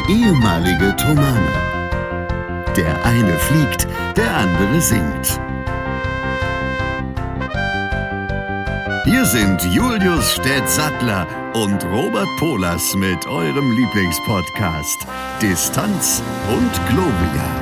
ehemalige Tomane. Der eine fliegt, der andere singt. Hier sind Julius Städtsattler und Robert Polas mit eurem Lieblingspodcast Distanz und Gloria.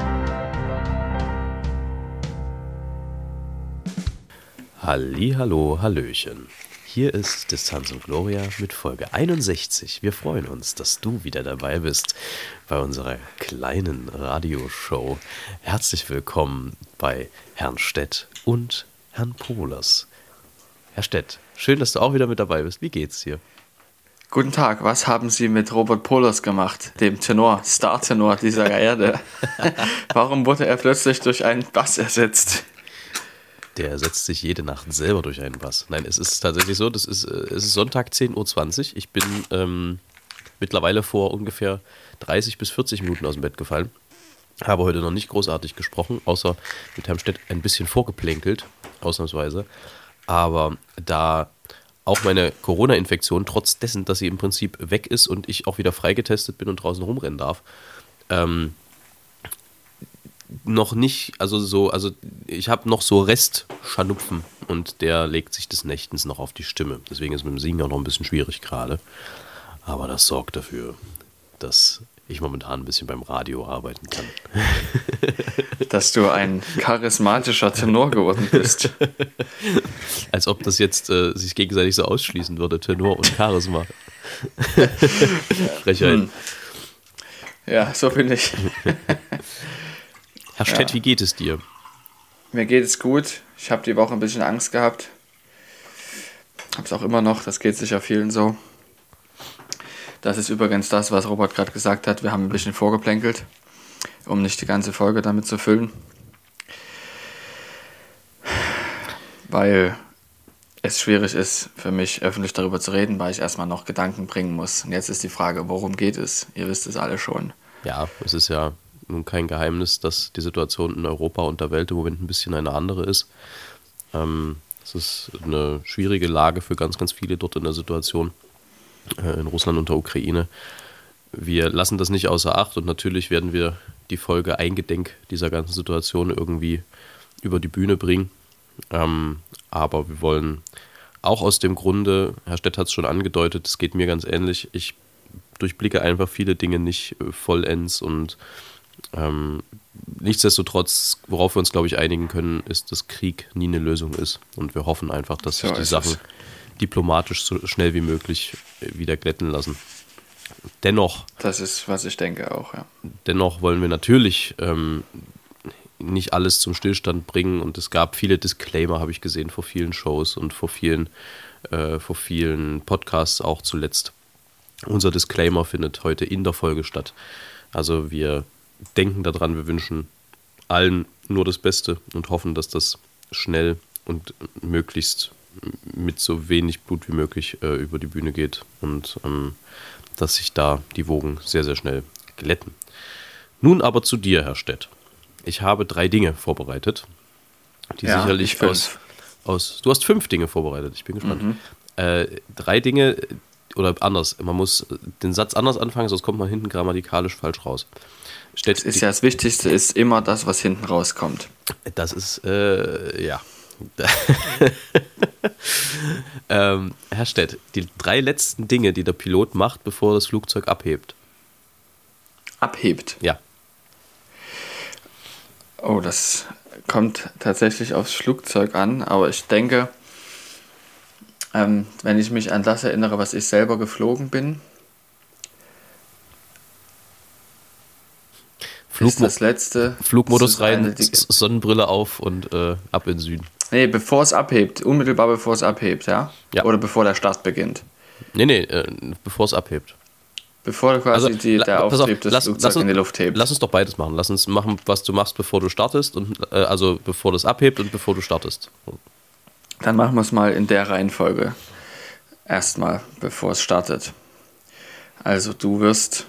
Hallihallo, hallöchen. Hier ist Distanz und Gloria mit Folge 61. Wir freuen uns, dass du wieder dabei bist bei unserer kleinen Radioshow. Herzlich willkommen bei Herrn Städt und Herrn Polas. Herr Städt, schön, dass du auch wieder mit dabei bist. Wie geht's dir? Guten Tag, was haben Sie mit Robert Polas gemacht, dem Tenor, Star-Tenor dieser Erde? Warum wurde er plötzlich durch einen Bass ersetzt? Der setzt sich jede Nacht selber durch einen Bass. Nein, es ist tatsächlich so, es ist Sonntag 10.20 Uhr. Ich bin mittlerweile vor ungefähr 30 bis 40 Minuten aus dem Bett gefallen. Habe heute noch nicht großartig gesprochen, außer mit Herrn Städt ein bisschen vorgeplänkelt, ausnahmsweise. Aber da auch meine Corona-Infektion, trotz dessen, dass sie im Prinzip weg ist und ich auch wieder freigetestet bin und draußen rumrennen darf, noch nicht, also ich habe noch so Rest-Scharnupfen und der legt sich des Nächtens noch auf die Stimme. Deswegen ist mit dem Singen auch noch ein bisschen schwierig gerade. Aber das sorgt dafür, dass ich momentan ein bisschen beim Radio arbeiten kann. Dass du ein charismatischer Tenor geworden bist. Als ob das jetzt sich gegenseitig so ausschließen würde, Tenor und Charisma. Frechheit. Ja, so bin ich. Herr Städt, wie geht es dir? Mir geht es gut. Ich habe die Woche ein bisschen Angst gehabt. Habe es auch immer noch. Das geht sicher vielen so. Das ist übrigens das, was Robert gerade gesagt hat. Wir haben ein bisschen vorgeplänkelt, um nicht die ganze Folge damit zu füllen. Weil es schwierig ist für mich, öffentlich darüber zu reden, weil ich erstmal noch Gedanken bringen muss. Und jetzt ist die Frage, worum geht es? Ihr wisst es alle schon. Ja, es ist ja nun kein Geheimnis, dass die Situation in Europa und der Welt im Moment ein bisschen eine andere ist. Es ist eine schwierige Lage für ganz, ganz viele dort in der Situation in Russland und der Ukraine. Wir lassen das nicht außer Acht und natürlich werden wir die Folge eingedenk dieser ganzen Situation irgendwie über die Bühne bringen. Aber wir wollen auch aus dem Grunde, Herr Städt hat es schon angedeutet, es geht mir ganz ähnlich, ich durchblicke einfach viele Dinge nicht vollends und nichtsdestotrotz, worauf wir uns, glaube ich, einigen können, ist, dass Krieg nie eine Lösung ist. Und wir hoffen einfach, dass sich die Sachen diplomatisch so schnell wie möglich wieder glätten lassen. Dennoch. Das ist, was ich denke auch, ja. Dennoch wollen wir natürlich nicht alles zum Stillstand bringen. Und es gab viele Disclaimer, habe ich gesehen, vor vielen Shows und vor vielen Podcasts auch zuletzt. Unser Disclaimer findet heute in der Folge statt. Also wir denken daran, wir wünschen allen nur das Beste und hoffen, dass das schnell und möglichst mit so wenig Blut wie möglich über die Bühne geht und dass sich da die Wogen sehr, sehr schnell glätten. Nun aber zu dir, Herr Städt. Ich habe 3 Dinge vorbereitet, die sicherlich aus... Du hast 5 Dinge vorbereitet, ich bin gespannt. 3 Dinge, oder anders, man muss den Satz anders anfangen, sonst kommt man hinten grammatikalisch falsch raus. Das Wichtigste ist immer das, was hinten rauskommt. Das ist, ja. Herr Städt, die 3 letzten Dinge, die der Pilot macht, bevor das Flugzeug abhebt. Abhebt? Ja. Oh, das kommt tatsächlich aufs Flugzeug an, aber ich denke, wenn ich mich an das erinnere, was ich selber geflogen bin, ist das letzte. Flugmodus rein, Sonnenbrille auf und ab in den Süden. Nee, bevor es abhebt. Unmittelbar bevor es abhebt, ja? Ja. Oder bevor der Start beginnt? Nee, bevor es abhebt. Bevor quasi der Auftrieb des Flugzeugs in die Luft hebt. Lass uns doch beides machen. Lass uns machen, was du machst, bevor du startest. Und, also bevor das abhebt und bevor du startest. Dann machen wir es mal in der Reihenfolge. Erstmal, bevor es startet. Also du wirst...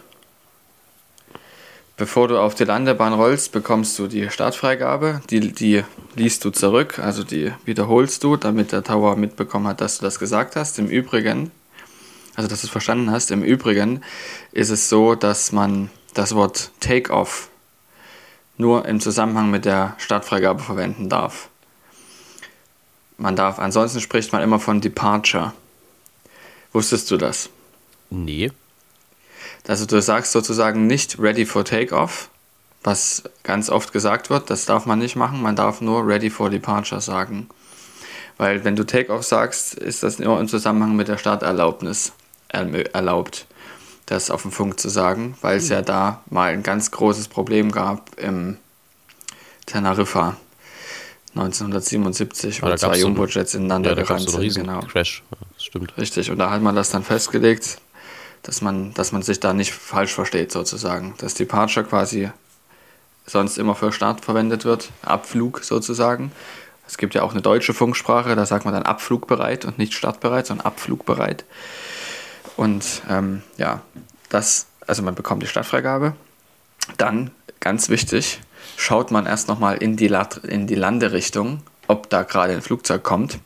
Bevor du auf die Landebahn rollst, bekommst du die Startfreigabe. Die liest du zurück, also die wiederholst du, damit der Tower mitbekommen hat, dass du das gesagt hast. Im Übrigen Also, dass du es verstanden hast. Im Übrigen ist es so, dass man das Wort Take-off nur im Zusammenhang mit der Startfreigabe verwenden darf. Ansonsten spricht man immer von Departure. Wusstest du das? Nee. Also du sagst sozusagen nicht ready for Takeoff, was ganz oft gesagt wird, das darf man nicht machen, man darf nur ready for departure sagen. Weil wenn du Takeoff sagst, ist das immer im Zusammenhang mit der Starterlaubnis erlaubt, das auf dem Funk zu sagen, weil es ja da mal ein ganz großes Problem gab im Teneriffa 1977, wo zwei Jumbo-Jets ineinander gerannt sind. Genau. Crash, ja, das stimmt. Richtig, und da hat man das dann festgelegt, dass man sich da nicht falsch versteht sozusagen. Dass Departure quasi sonst immer für Start verwendet wird, Abflug sozusagen. Es gibt ja auch eine deutsche Funksprache, da sagt man dann abflugbereit und nicht startbereit, sondern abflugbereit. Und also man bekommt die Startfreigabe. Dann, ganz wichtig, schaut man erst nochmal in die Landerichtung, ob da gerade ein Flugzeug kommt.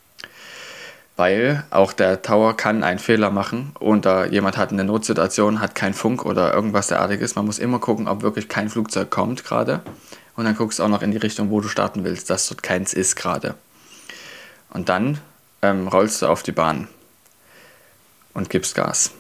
Weil auch der Tower kann einen Fehler machen und da jemand hat eine Notsituation, hat keinen Funk oder irgendwas derartiges. Man muss immer gucken, ob wirklich kein Flugzeug kommt gerade. Und dann guckst du auch noch in die Richtung, wo du starten willst, dass dort keins ist gerade. Und dann rollst du auf die Bahn und gibst Gas.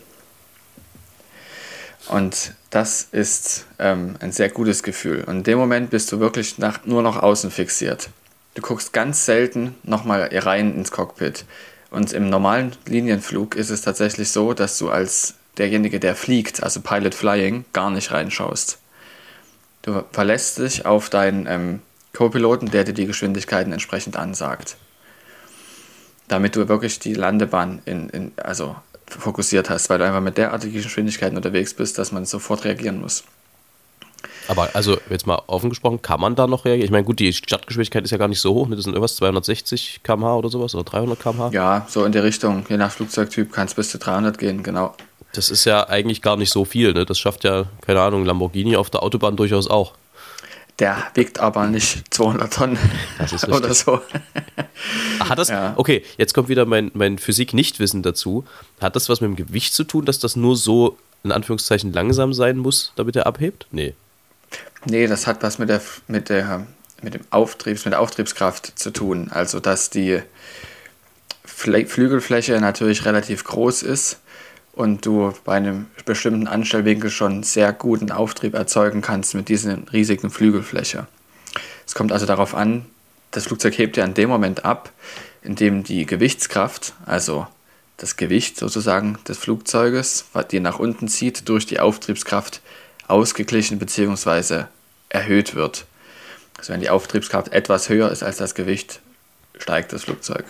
Und das ist ein sehr gutes Gefühl. Und in dem Moment bist du wirklich nur noch außen fixiert. Du guckst ganz selten nochmal rein ins Cockpit. Und im normalen Linienflug ist es tatsächlich so, dass du als derjenige, der fliegt, also Pilot Flying, gar nicht reinschaust. Du verlässt dich auf deinen Co-Piloten, der dir die Geschwindigkeiten entsprechend ansagt. Damit du wirklich die Landebahn fokussiert hast, weil du einfach mit derartigen Geschwindigkeiten unterwegs bist, dass man sofort reagieren muss. Aber also jetzt mal offen gesprochen, kann man da noch reagieren? Ich meine, gut, die Startgeschwindigkeit ist ja gar nicht so hoch, das sind irgendwas 260 km/h oder sowas oder 300 km/h? Ja, so in der Richtung, je nach Flugzeugtyp kann es bis zu 300 gehen, genau. Das ist ja eigentlich gar nicht so viel, ne? Das schafft ja, keine Ahnung, Lamborghini auf der Autobahn durchaus auch. Der wiegt aber nicht 200 Tonnen das ist oder so. Hat das? Ja. Okay, jetzt kommt wieder mein Physik-Nichtwissen dazu. Hat das was mit dem Gewicht zu tun, dass das nur so, in Anführungszeichen, langsam sein muss, damit er abhebt? Nee, das hat was mit der Auftriebskraft zu tun. Also, dass die Flügelfläche natürlich relativ groß ist und du bei einem bestimmten Anstellwinkel schon sehr guten Auftrieb erzeugen kannst mit dieser riesigen Flügelfläche. Es kommt also darauf an, das Flugzeug hebt ja in dem Moment ab, in dem die Gewichtskraft, also das Gewicht sozusagen des Flugzeuges, die nach unten zieht, durch die Auftriebskraft ausgeglichen bzw. erhöht wird. Also wenn die Auftriebskraft etwas höher ist als das Gewicht, steigt das Flugzeug.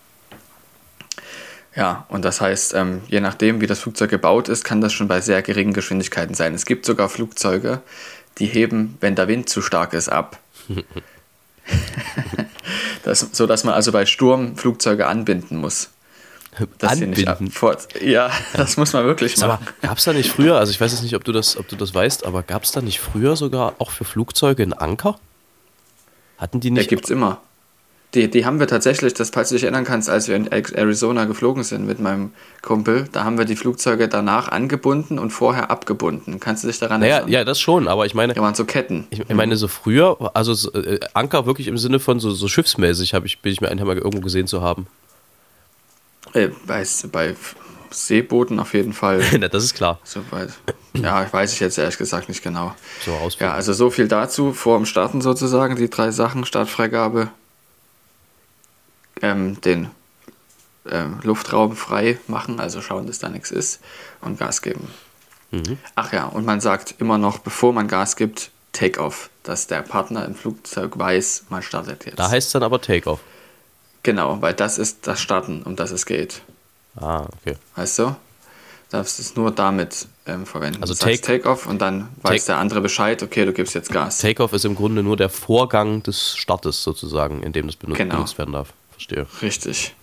Ja, und das heißt, je nachdem, wie das Flugzeug gebaut ist, kann das schon bei sehr geringen Geschwindigkeiten sein. Es gibt sogar Flugzeuge, die heben, wenn der Wind zu stark ist, ab. Sodass man also bei Sturm Flugzeuge anbinden muss. Ja, das muss man wirklich machen. Aber gab es da nicht früher, also ich weiß jetzt nicht, ob du das weißt, aber gab es da nicht früher sogar auch für Flugzeuge einen Anker? Hatten die nicht? Ja, gibt's immer. Die haben wir tatsächlich, falls du dich erinnern kannst, als wir in Arizona geflogen sind mit meinem Kumpel, da haben wir die Flugzeuge danach angebunden und vorher abgebunden. Kannst du dich daran erinnern? Ja, das schon, aber ich meine... Da waren so Ketten. Ich meine, so früher, also Anker wirklich im Sinne von so schiffsmäßig, bin ich mir einmal irgendwo gesehen zu haben. Bei Seebooten auf jeden Fall. Na, das ist klar. Soweit. Ja, weiß ich jetzt ehrlich gesagt nicht genau. So ausführen. Ja, also so viel dazu, vor dem Starten sozusagen, die 3 Sachen, Startfreigabe, den Luftraum frei machen, also schauen, dass da nichts ist und Gas geben. Mhm. Ach ja, und man sagt immer noch, bevor man Gas gibt, Take-off, dass der Partner im Flugzeug weiß, man startet jetzt. Da heißt es dann aber Take-off. Genau, weil das ist das Starten, um das es geht. Ah, okay. Weißt du? Darfst es nur damit verwenden. Also Take-off und dann weiß der andere Bescheid, okay, du gibst jetzt Gas. Take-off ist im Grunde nur der Vorgang des Startes sozusagen, in dem das benutzt werden darf. Verstehe. Richtig.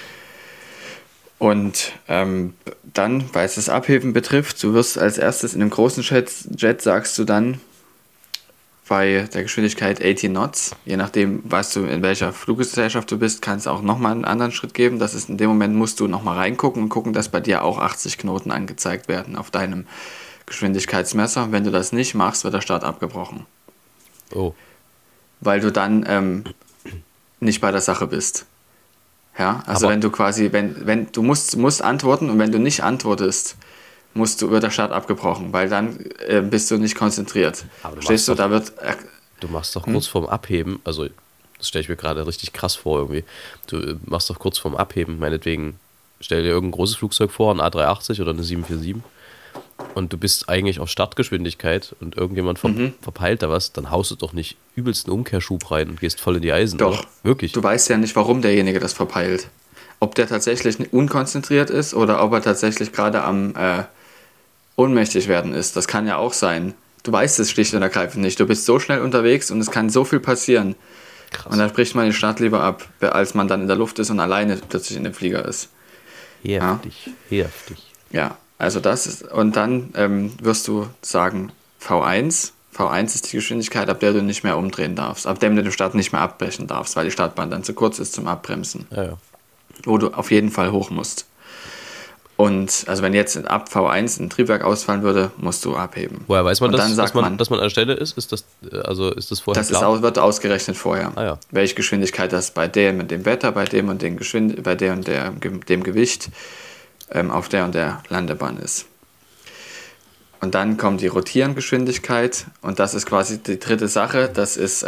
Und dann, weil es das Abheben betrifft, du wirst als erstes in einem großen Jet sagst du dann, bei der Geschwindigkeit 80 Knots. Je nachdem, in welcher Fluggesellschaft du bist, kann es auch nochmal einen anderen Schritt geben. Das ist in dem Moment, musst du nochmal reingucken und gucken, dass bei dir auch 80 Knoten angezeigt werden auf deinem Geschwindigkeitsmesser. Wenn du das nicht machst, wird der Start abgebrochen. Oh. Weil du dann nicht bei der Sache bist. Ja, also Aber wenn du quasi, wenn du musst antworten und wenn du nicht antwortest, wird der Start abgebrochen, weil dann bist du nicht konzentriert. Verstehst du, Du machst doch kurz vorm Abheben, also das stelle ich mir gerade richtig krass vor irgendwie, du machst doch kurz vorm Abheben, meinetwegen, stell dir irgendein großes Flugzeug vor, ein A380 oder eine 747 und du bist eigentlich auf Startgeschwindigkeit und irgendjemand verpeilt da was, dann haust du doch nicht übelst einen Umkehrschub rein und gehst voll in die Eisen. Doch, oder? Wirklich. Du weißt ja nicht, warum derjenige das verpeilt. Ob der tatsächlich unkonzentriert ist oder ob er tatsächlich gerade am ohnmächtig werden ist. Das kann ja auch sein. Du weißt es schlicht und ergreifend nicht. Du bist so schnell unterwegs und es kann so viel passieren. Krass. Und dann bricht man den Start lieber ab, als man dann in der Luft ist und alleine plötzlich in dem Flieger ist. Heftig. Ja, also das ist, und dann wirst du sagen V1. V1 ist die Geschwindigkeit, ab der du nicht mehr umdrehen darfst, ab der du den Start nicht mehr abbrechen darfst, weil die Startbahn dann zu kurz ist zum Abbremsen. Ja. Wo du auf jeden Fall hoch musst. Und also wenn jetzt ab V1 ein Triebwerk ausfallen würde, musst du abheben. Woher weiß man und das, dann sagt dass man an der Stelle ist? Ist das vorher klar? Wird ausgerechnet vorher. Ah, ja. Welche Geschwindigkeit das bei dem und dem Wetter, bei dem und dem dem Gewicht auf der und der Landebahn ist. Und dann kommt die Rotierengeschwindigkeit und das ist quasi die dritte Sache. Das ist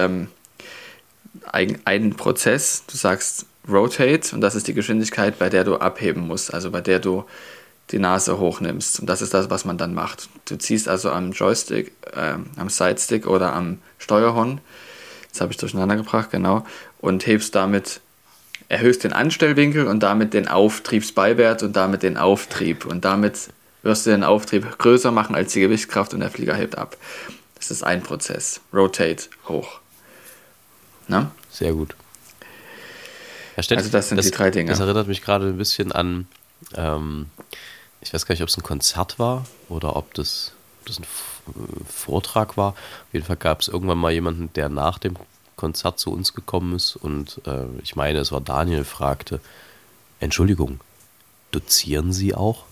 ein Prozess. Du sagst Rotate und das ist die Geschwindigkeit, bei der du abheben musst, also bei der du die Nase hochnimmst. Und das ist das, was man dann macht. Du ziehst also am Joystick, am Sidestick oder am Steuerhorn, das habe ich durcheinander gebracht, genau, und erhöhst den Anstellwinkel und damit den Auftriebsbeiwert und damit den Auftrieb. Und damit wirst du den Auftrieb größer machen als die Gewichtskraft und der Flieger hebt ab. Das ist ein Prozess. Rotate, hoch. Na? Sehr gut. Also das sind die drei Dinge. Das erinnert mich gerade ein bisschen an, ich weiß gar nicht, ob es ein Konzert war oder ob das ein Vortrag war. Auf jeden Fall gab es irgendwann mal jemanden, der nach dem Konzert zu uns gekommen ist und ich meine, es war Daniel, fragte, Entschuldigung, dozieren Sie auch?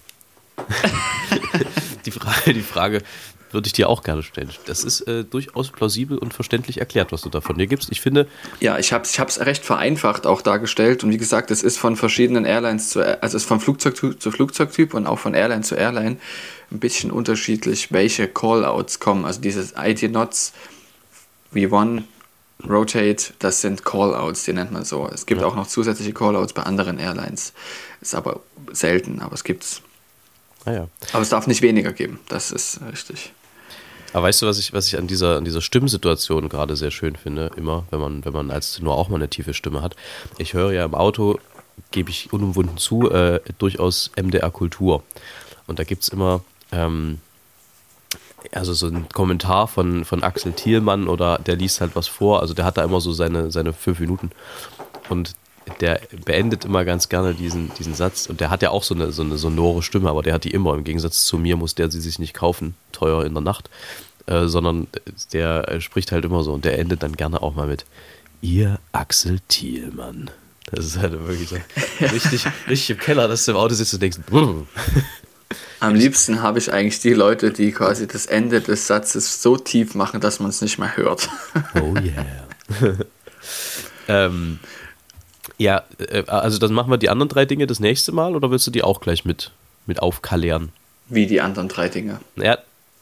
Die Frage würde ich dir auch gerne stellen. Das ist durchaus plausibel und verständlich erklärt, was du da von dir gibst. Ich finde... Ja, ich hab's recht vereinfacht auch dargestellt. Und wie gesagt, es ist von verschiedenen Airlines also es ist von Flugzeugtyp zu Flugzeugtyp und auch von Airline zu Airline ein bisschen unterschiedlich, welche Callouts kommen. Also dieses 80 Knots, V1, Rotate, das sind Callouts, die nennt man so. Es gibt auch noch zusätzliche Callouts bei anderen Airlines. Ist aber selten, aber es gibt's. Ah ja. Aber es darf nicht weniger geben, das ist richtig. Aber weißt du, was ich an dieser Stimmsituation gerade sehr schön finde, immer, wenn man als Tenor auch mal eine tiefe Stimme hat. Ich höre ja im Auto, gebe ich unumwunden zu, durchaus MDR Kultur. Und da gibt es immer also so einen Kommentar von Axel Thielmann oder der liest halt was vor, also der hat da immer so seine 5 Minuten und der beendet immer ganz gerne diesen Satz und der hat ja auch so eine sonore Stimme, aber der hat die immer, im Gegensatz zu mir muss der sie sich nicht kaufen, teuer in der Nacht, sondern der spricht halt immer so und der endet dann gerne auch mal mit Ihr Axel Thielmann. Das ist halt wirklich so richtig im Keller, dass du im Auto sitzt und denkst, Am liebsten habe ich eigentlich die Leute, die quasi das Ende des Satzes so tief machen, dass man es nicht mehr hört. Oh yeah. Ja, also dann machen wir die anderen 3 Dinge das nächste Mal oder willst du die auch gleich mit aufklären? Wie die anderen 3 Dinge? Ja.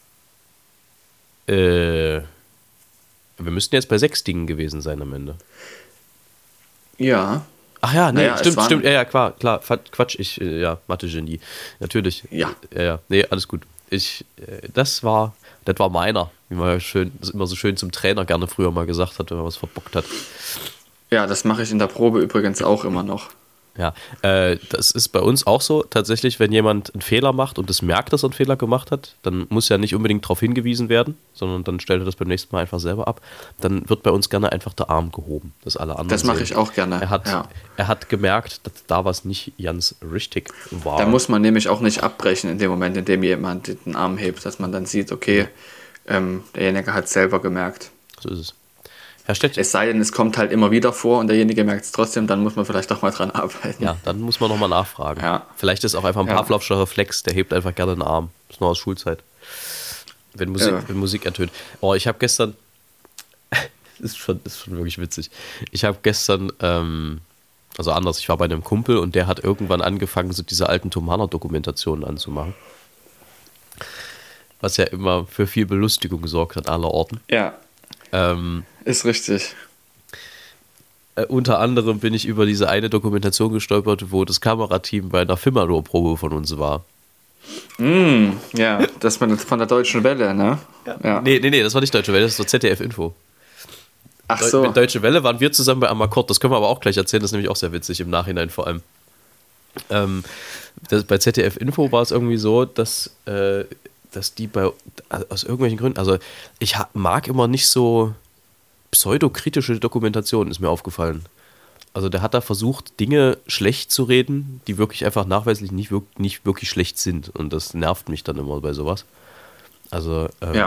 Wir müssten jetzt bei 6 Dingen gewesen sein am Ende. Ja. Ach ja, nee, Naja, stimmt, ja, klar, Quatsch, Mathe-Genie, natürlich. Ja. Nee, alles gut. Das war meiner, wie man ja immer so schön zum Trainer gerne früher mal gesagt hat, wenn man was verbockt hat. Ja, das mache ich in der Probe übrigens auch immer noch. Ja, das ist bei uns auch so. Tatsächlich, wenn jemand einen Fehler macht und es merkt, dass er einen Fehler gemacht hat, dann muss ja nicht unbedingt darauf hingewiesen werden, sondern dann stellt er das beim nächsten Mal einfach selber ab. Dann wird bei uns gerne einfach der Arm gehoben, dass alle anderen Das mache sehen. ich auch gerne. Er hat gemerkt, dass da was nicht ganz richtig war. Da muss man nämlich auch nicht abbrechen in dem Moment, in dem jemand den Arm hebt, dass man dann sieht, okay, derjenige hat es selber gemerkt. So ist es. Herr Stett. Es sei denn, es kommt halt immer wieder vor und derjenige merkt es trotzdem, dann muss man vielleicht doch mal dran arbeiten. Ja, dann muss man nochmal nachfragen. Ja. Vielleicht ist auch einfach ein Pavlovscher Reflex, der hebt einfach gerne den Arm. Das ist noch aus Schulzeit. Wenn Musik ertönt. Oh, ich habe gestern, ist schon wirklich witzig. Ich habe gestern, also anders, ich war bei einem Kumpel und der hat irgendwann angefangen, so diese alten Thomaner-Dokumentationen anzumachen. Was ja immer für viel Belustigung gesorgt hat, aller Orten. Ja. Ist richtig. Unter anderem bin ich über diese eine Dokumentation gestolpert, wo das Kamerateam bei einer Filmador-Probe von uns war. Ja, das von der Deutschen Welle, ne? Ja. Nee, das war nicht Deutsche Welle, das war ZDF-Info. Ach so. Mit Deutsche Welle waren wir zusammen bei Amakord, das können wir aber auch gleich erzählen, das ist nämlich auch sehr witzig im Nachhinein vor allem. Bei ZDF-Info war es irgendwie so, dass die aus irgendwelchen Gründen, also ich mag immer nicht so pseudokritische Dokumentationen, ist mir aufgefallen. Also der hat da versucht, Dinge schlecht zu reden, die wirklich einfach nachweislich nicht wirklich schlecht sind. Und das nervt mich dann immer bei sowas. Also,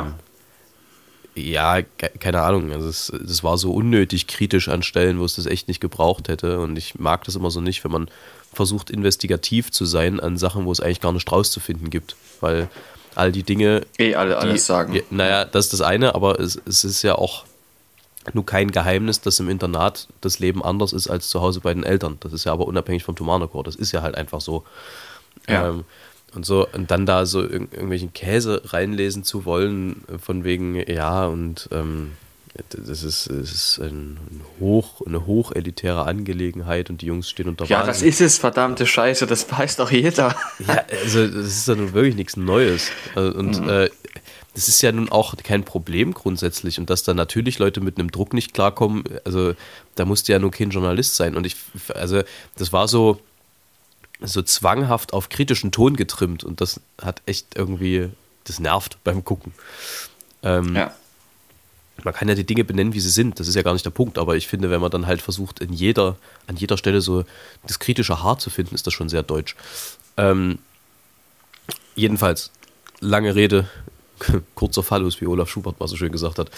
ja, keine Ahnung. Also das war so unnötig kritisch an Stellen, wo es das echt nicht gebraucht hätte. Und ich mag das immer so nicht, wenn man versucht, investigativ zu sein an Sachen, wo es eigentlich gar nicht rauszufinden gibt. Weil all die Dinge... alles sagen. Naja, das ist das eine, aber es ist ja auch nur kein Geheimnis, dass im Internat das Leben anders ist als zu Hause bei den Eltern. Das ist ja aber unabhängig vom Thomanerchor. Das ist ja halt einfach so. Ja. Und dann da so irgendwelchen Käse reinlesen zu wollen, von wegen, ja, und das ist eine hochelitäre Angelegenheit und die Jungs stehen unter Ja, das ist es, verdammte Scheiße, das weiß doch jeder. Ja, also das ist ja nun wirklich nichts Neues. Das ist ja nun auch kein Problem grundsätzlich und dass da natürlich Leute mit einem Druck nicht klarkommen, also da musste ja nur kein Journalist sein und das war so zwanghaft auf kritischen Ton getrimmt und das hat echt irgendwie, das nervt beim Gucken. Ja. Man kann ja die Dinge benennen, wie sie sind, das ist ja gar nicht der Punkt, aber ich finde, wenn man dann halt versucht, an jeder Stelle so das kritische Haar zu finden, ist das schon sehr deutsch. Jedenfalls, lange Rede, kurzer Phallus, wie Olaf Schubert mal so schön gesagt hat.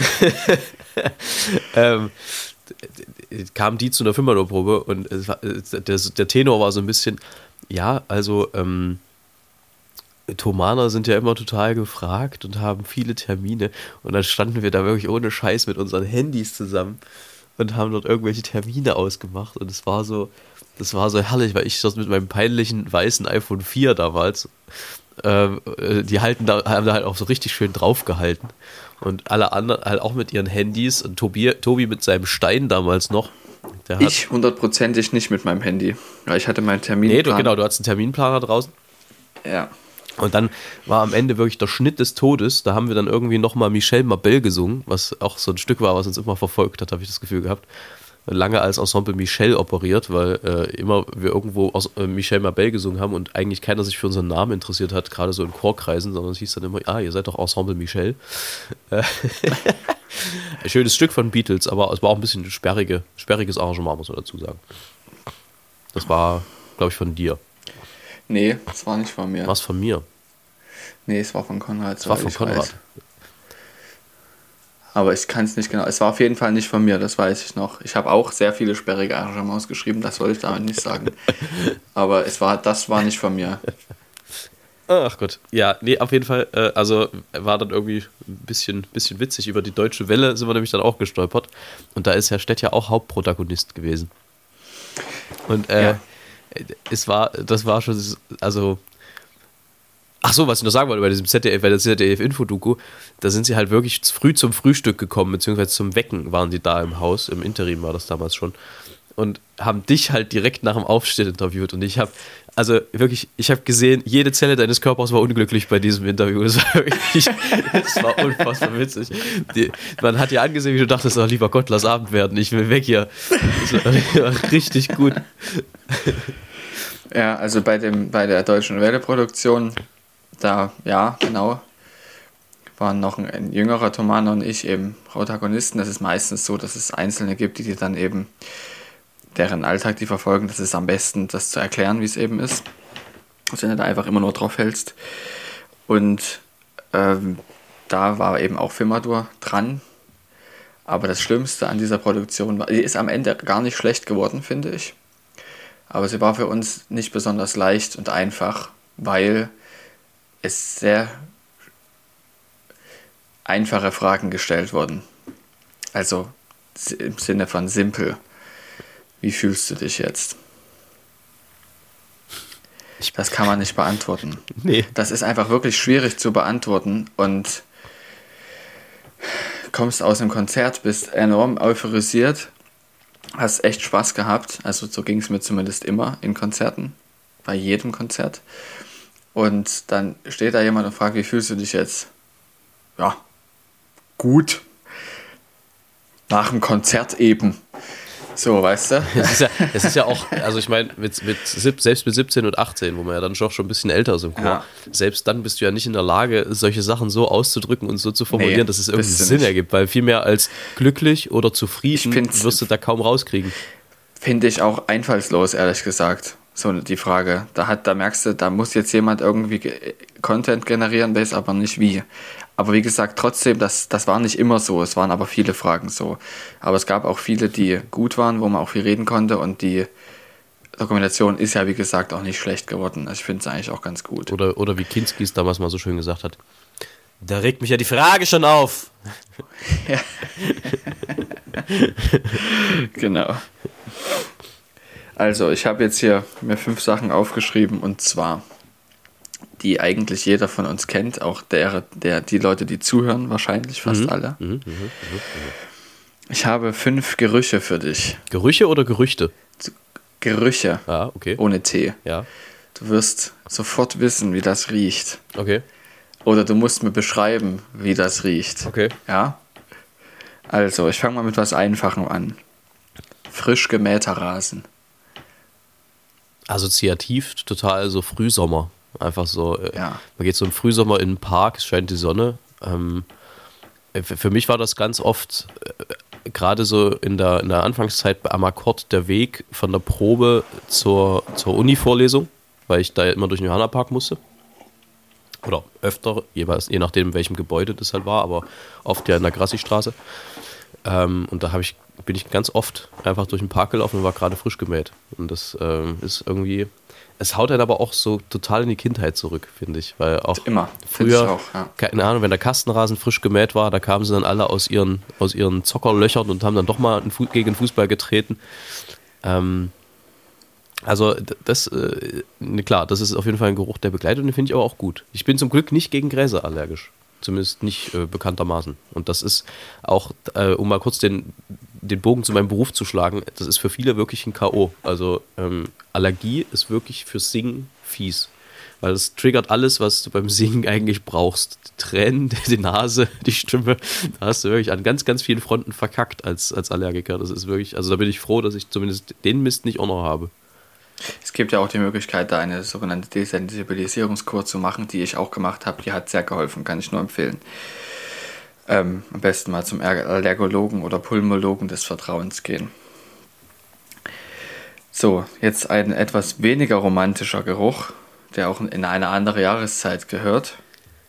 Kam die zu einer Filmador-Probe und der Tenor war so ein bisschen, ja, also Thomaner sind ja immer total gefragt und haben viele Termine und dann standen wir da wirklich ohne Scheiß mit unseren Handys zusammen und haben dort irgendwelche Termine ausgemacht und das war so herrlich, weil ich das mit meinem peinlichen weißen iPhone 4 damals die haben da halt auch so richtig schön draufgehalten und alle anderen halt auch mit ihren Handys und Tobi mit seinem Stein damals noch. Ich hundertprozentig nicht mit meinem Handy. Ja, ich hatte meinen Terminplan. Nee, du hattest einen Terminplaner draußen. Ja. Und dann war am Ende wirklich der Schnitt des Todes. Da haben wir dann irgendwie nochmal Michel Mabel gesungen, was auch so ein Stück war, was uns immer verfolgt hat, habe ich das Gefühl gehabt. Lange als Ensemble Michel operiert, weil immer wir irgendwo Michel Mabel gesungen haben und eigentlich keiner sich für unseren Namen interessiert hat, gerade so in Chorkreisen, sondern es hieß dann immer, ihr seid doch Ensemble Michel. Ein schönes Stück von Beatles, aber es war auch ein bisschen sperriges Arrangement, muss man dazu sagen. Das war, glaube ich, von dir. Nee, das war nicht von mir. Was von mir? Nee, es war von Konrad. Es war von Konrad. Weiß. Aber ich kann es nicht genau. Es war auf jeden Fall nicht von mir, das weiß ich noch. Ich habe auch sehr viele sperrige Arrangements geschrieben, das wollte ich damit nicht sagen. Aber das war nicht von mir. Ach Gott. Ja, nee, auf jeden Fall. Also war dann irgendwie ein bisschen witzig. Über die Deutsche Welle sind wir nämlich dann auch gestolpert. Und da ist Herr Stett ja auch Hauptprotagonist gewesen. Und das war schon, also. Ach so, was ich noch sagen wollte bei der ZDF-Info-Doku, da sind sie halt wirklich früh zum Frühstück gekommen, beziehungsweise zum Wecken waren sie da im Haus, im Interim war das damals schon, und haben dich halt direkt nach dem Aufstehen interviewt und ich habe gesehen, jede Zelle deines Körpers war unglücklich bei diesem Interview, das war unfassbar witzig. Man hat dir angesehen, wie du dachtest, oh, lieber Gott, lass Abend werden, ich will weg hier. Das war richtig gut. Ja, also bei der Deutschen Welle-Produktion, da, ja, genau, waren noch ein jüngerer Thomaner und ich eben Protagonisten. Das ist meistens so, dass es Einzelne gibt, die dann eben deren Alltag die verfolgen. Das ist am besten, das zu erklären, wie es eben ist. Also wenn du da einfach immer nur drauf hältst. Und da war eben auch Filmador dran. Aber das Schlimmste an dieser Produktion war, die ist am Ende gar nicht schlecht geworden, finde ich. Aber sie war für uns nicht besonders leicht und einfach, weil es sehr einfache Fragen gestellt wurden. Also im Sinne von simpel. Wie fühlst du dich jetzt? Das kann man nicht beantworten. Nee. Das ist einfach wirklich schwierig zu beantworten und kommst aus einem Konzert, bist enorm euphorisiert, hast echt Spaß gehabt, also so ging es mir zumindest immer in Konzerten, bei jedem Konzert. Und dann steht da jemand und fragt, wie fühlst du dich jetzt? Ja, gut. Nach dem Konzert eben. So, weißt du? Es ist ja auch, also ich meine, selbst mit 17 und 18, wo man ja dann schon ein bisschen älter ist im Chor, Ja. selbst dann bist du ja nicht in der Lage, solche Sachen so auszudrücken und so zu formulieren, dass es irgendwie bist du Sinn nicht. ergibt, weil viel mehr als glücklich oder zufrieden Ich find's- wirst du da kaum rauskriegen. Finde ich auch einfallslos, ehrlich gesagt. So die Frage. Da merkst du, da muss jetzt jemand irgendwie Content generieren, weiß aber nicht wie. Aber wie gesagt, trotzdem, das war nicht immer so. Es waren aber viele Fragen so. Aber es gab auch viele, die gut waren, wo man auch viel reden konnte. Und die Dokumentation ist ja, wie gesagt, auch nicht schlecht geworden. Also ich finde es eigentlich auch ganz gut. Oder wie Kinski es damals mal so schön gesagt hat. Da regt mich ja die Frage schon auf. Genau. Also, ich habe jetzt hier mir 5 Sachen aufgeschrieben und zwar, die eigentlich jeder von uns kennt, auch die Leute, die zuhören, wahrscheinlich fast alle. Ich habe 5 Gerüche für dich. Gerüche oder Gerüchte? Gerüche, Ja, okay. ohne T. Ja, Du wirst sofort wissen, wie das riecht. okay. Oder du musst mir beschreiben, wie das riecht. Okay. Ja? Also, ich fange mal mit was Einfachem an. Frisch gemähter Rasen. Assoziativ total so Frühsommer. Einfach so, Ja. man geht so im Frühsommer in den Park, es scheint die Sonne. Für mich war das ganz oft, gerade so in der Anfangszeit am Akkord, der Weg von der Probe zur Uni-Vorlesung, weil ich da immer durch den Johannapark musste. Oder öfter, jeweils, je nachdem, in welchem Gebäude das halt war, aber oft ja in der Grassistraße. Und da bin ich ganz oft einfach durch den Park gelaufen und war gerade frisch gemäht. Und das ist irgendwie, es haut einen aber auch so total in die Kindheit zurück, finde ich. Weil auch Immer. Find ich früher, auch, ja. keine Ahnung, wenn der Kastenrasen frisch gemäht war, da kamen sie dann alle aus ihren Zockerlöchern und haben dann doch mal gegen den Fußball getreten. Also klar, das ist auf jeden Fall ein Geruch, der begleitet und den finde ich aber auch gut. Ich bin zum Glück nicht gegen Gräser allergisch. Zumindest nicht bekanntermaßen. Und das ist auch, um mal kurz den Bogen zu meinem Beruf zu schlagen, das ist für viele wirklich ein K.O. Also Allergie ist wirklich fürs Singen fies. Weil es triggert alles, was du beim Singen eigentlich brauchst. Die Tränen, die Nase, die Stimme. Da hast du wirklich an ganz, ganz vielen Fronten verkackt als Allergiker. Das ist wirklich, also da bin ich froh, dass ich zumindest den Mist nicht auch noch habe. Es gibt ja auch die Möglichkeit, da eine sogenannte Desensibilisierungskur zu machen, die ich auch gemacht habe. Die hat sehr geholfen, kann ich nur empfehlen. Am besten mal zum Allergologen oder Pulmologen des Vertrauens gehen. So, jetzt ein etwas weniger romantischer Geruch, der auch in eine andere Jahreszeit gehört.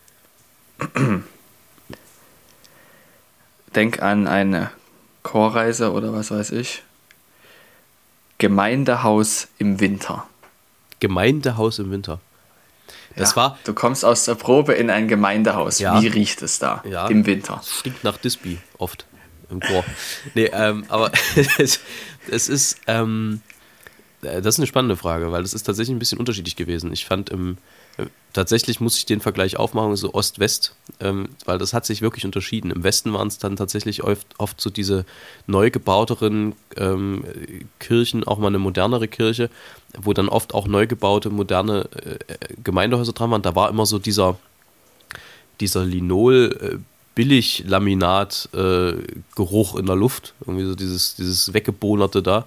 Denk an eine Chorreise oder was weiß ich. Gemeindehaus im Winter. Gemeindehaus im Winter. Das Ja, war, du kommst aus der Probe in ein Gemeindehaus. Ja. Wie riecht es da Ja. im Winter? es stinkt nach Dispi oft im Chor. Nee, aber es ist, das ist eine spannende Frage, weil das ist tatsächlich ein bisschen unterschiedlich gewesen. Ich fand tatsächlich muss ich den Vergleich aufmachen, so Ost-West, weil das hat sich wirklich unterschieden. Im Westen waren es dann tatsächlich oft so diese neu gebauteren Kirchen, auch mal eine modernere Kirche, wo dann oft auch neu gebaute, moderne Gemeindehäuser dran waren. Da war immer so dieser Linol-Billig-Laminat-Geruch in der Luft, irgendwie so dieses Weggebonerte da.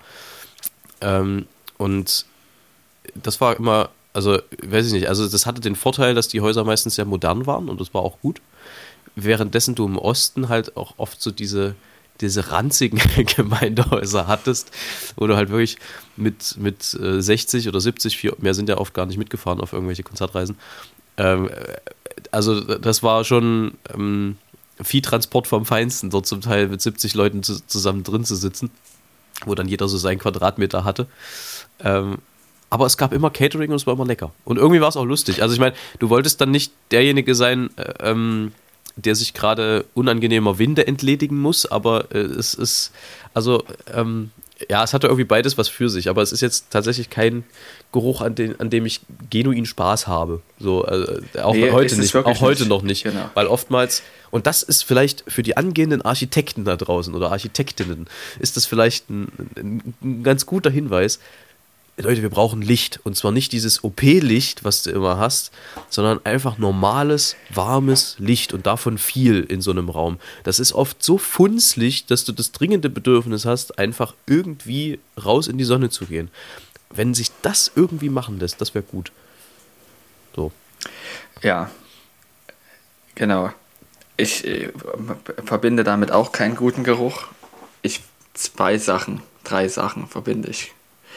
Und das war immer, also weiß ich nicht, also das hatte den Vorteil, dass die Häuser meistens sehr modern waren und das war auch gut. Währenddessen du im Osten halt auch oft so diese ranzigen Gemeindehäuser hattest, wo du halt wirklich mit 60 oder 70, mehr sind ja oft gar nicht mitgefahren auf irgendwelche Konzertreisen. Also das war schon Viehtransport vom Feinsten, dort zum Teil mit 70 Leuten zusammen drin zu sitzen, wo dann jeder so seinen Quadratmeter hatte. Aber es gab immer Catering und es war immer lecker. Und irgendwie war es auch lustig. Also ich meine, du wolltest dann nicht derjenige sein, der sich gerade unangenehmer Winde entledigen muss, aber es ist, also es hatte irgendwie beides was für sich, aber es ist jetzt tatsächlich kein Geruch, an dem ich genuin Spaß habe. So, auch heute nicht, auch heute noch nicht. Genau. Weil oftmals, und das ist vielleicht für die angehenden Architekten da draußen oder Architektinnen, ist das vielleicht ein ganz guter Hinweis. Leute, wir brauchen Licht. Und zwar nicht dieses OP-Licht, was du immer hast, sondern einfach normales, warmes Licht und davon viel in so einem Raum. Das ist oft so funzlig, dass du das dringende Bedürfnis hast, einfach irgendwie raus in die Sonne zu gehen. Wenn sich das irgendwie machen lässt, das wäre gut. So. Ja, genau. Ich verbinde damit auch keinen guten Geruch. Drei Sachen verbinde ich.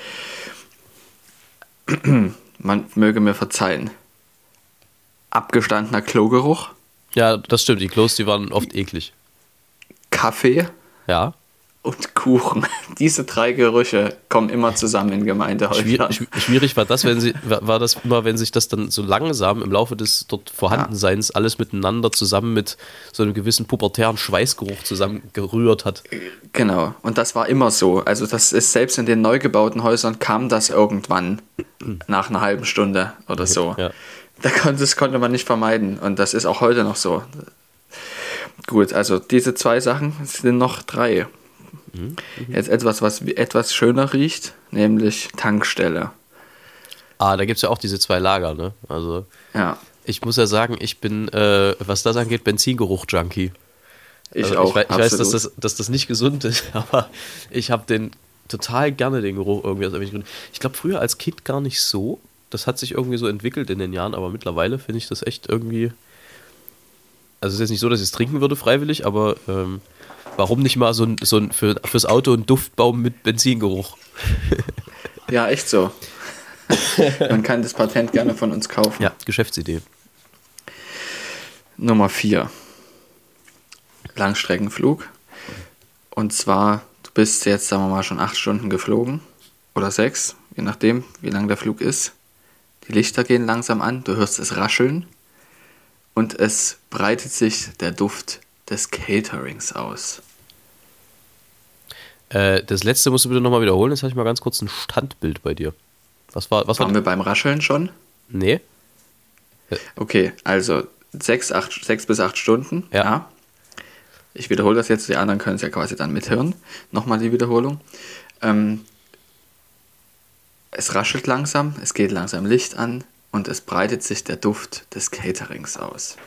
Man möge mir verzeihen. Abgestandener Klogeruch. Ja, das stimmt. Die Klos, die waren oft eklig. Kaffee. Ja. Und Kuchen. Diese 3 Gerüche kommen immer zusammen in Gemeindehäusern. Schwierig war das immer, wenn sich das dann so langsam im Laufe des dort Vorhandenseins alles miteinander zusammen mit so einem gewissen pubertären Schweißgeruch zusammengerührt hat. Genau. Und das war immer so. Also das ist selbst in den neu gebauten Häusern kam das irgendwann nach einer halben Stunde oder so. Ja. Das konnte man nicht vermeiden. Und das ist auch heute noch so. Gut, also diese 2 Sachen, es sind noch 3. Jetzt etwas, was etwas schöner riecht, nämlich Tankstelle. Da gibt es ja auch diese 2 Lager, ne? Also, ich muss ja sagen, ich bin, was das angeht, Benzingeruch-Junkie. Ich weiß, dass das nicht gesund ist, aber ich habe total gerne den Geruch irgendwie aus irgendwelchen Gründen. Ich glaube, früher als Kind gar nicht so. Das hat sich irgendwie so entwickelt in den Jahren, aber mittlerweile finde ich das echt irgendwie. Also, es ist jetzt nicht so, dass ich es trinken würde, freiwillig, aber. Warum nicht mal so ein fürs Auto ein Duftbaum mit Benzingeruch? Ja, echt so. Man kann das Patent gerne von uns kaufen. Ja, Geschäftsidee. Nummer 4. Langstreckenflug. Und zwar, du bist jetzt, sagen wir mal, schon 8 Stunden geflogen. Oder 6, je nachdem, wie lang der Flug ist. Die Lichter gehen langsam an, du hörst es rascheln. Und es breitet sich der Duft des Caterings aus. Das letzte musst du bitte nochmal wiederholen. Jetzt habe ich mal ganz kurz ein Standbild bei dir. Waren wir beim Rascheln schon? Nee. Okay, also 6 bis 8 Stunden. Ja. Ich wiederhole das jetzt, die anderen können es ja quasi dann mithören. Nochmal die Wiederholung. Es raschelt langsam, es geht langsam Licht an und es breitet sich der Duft des Caterings aus.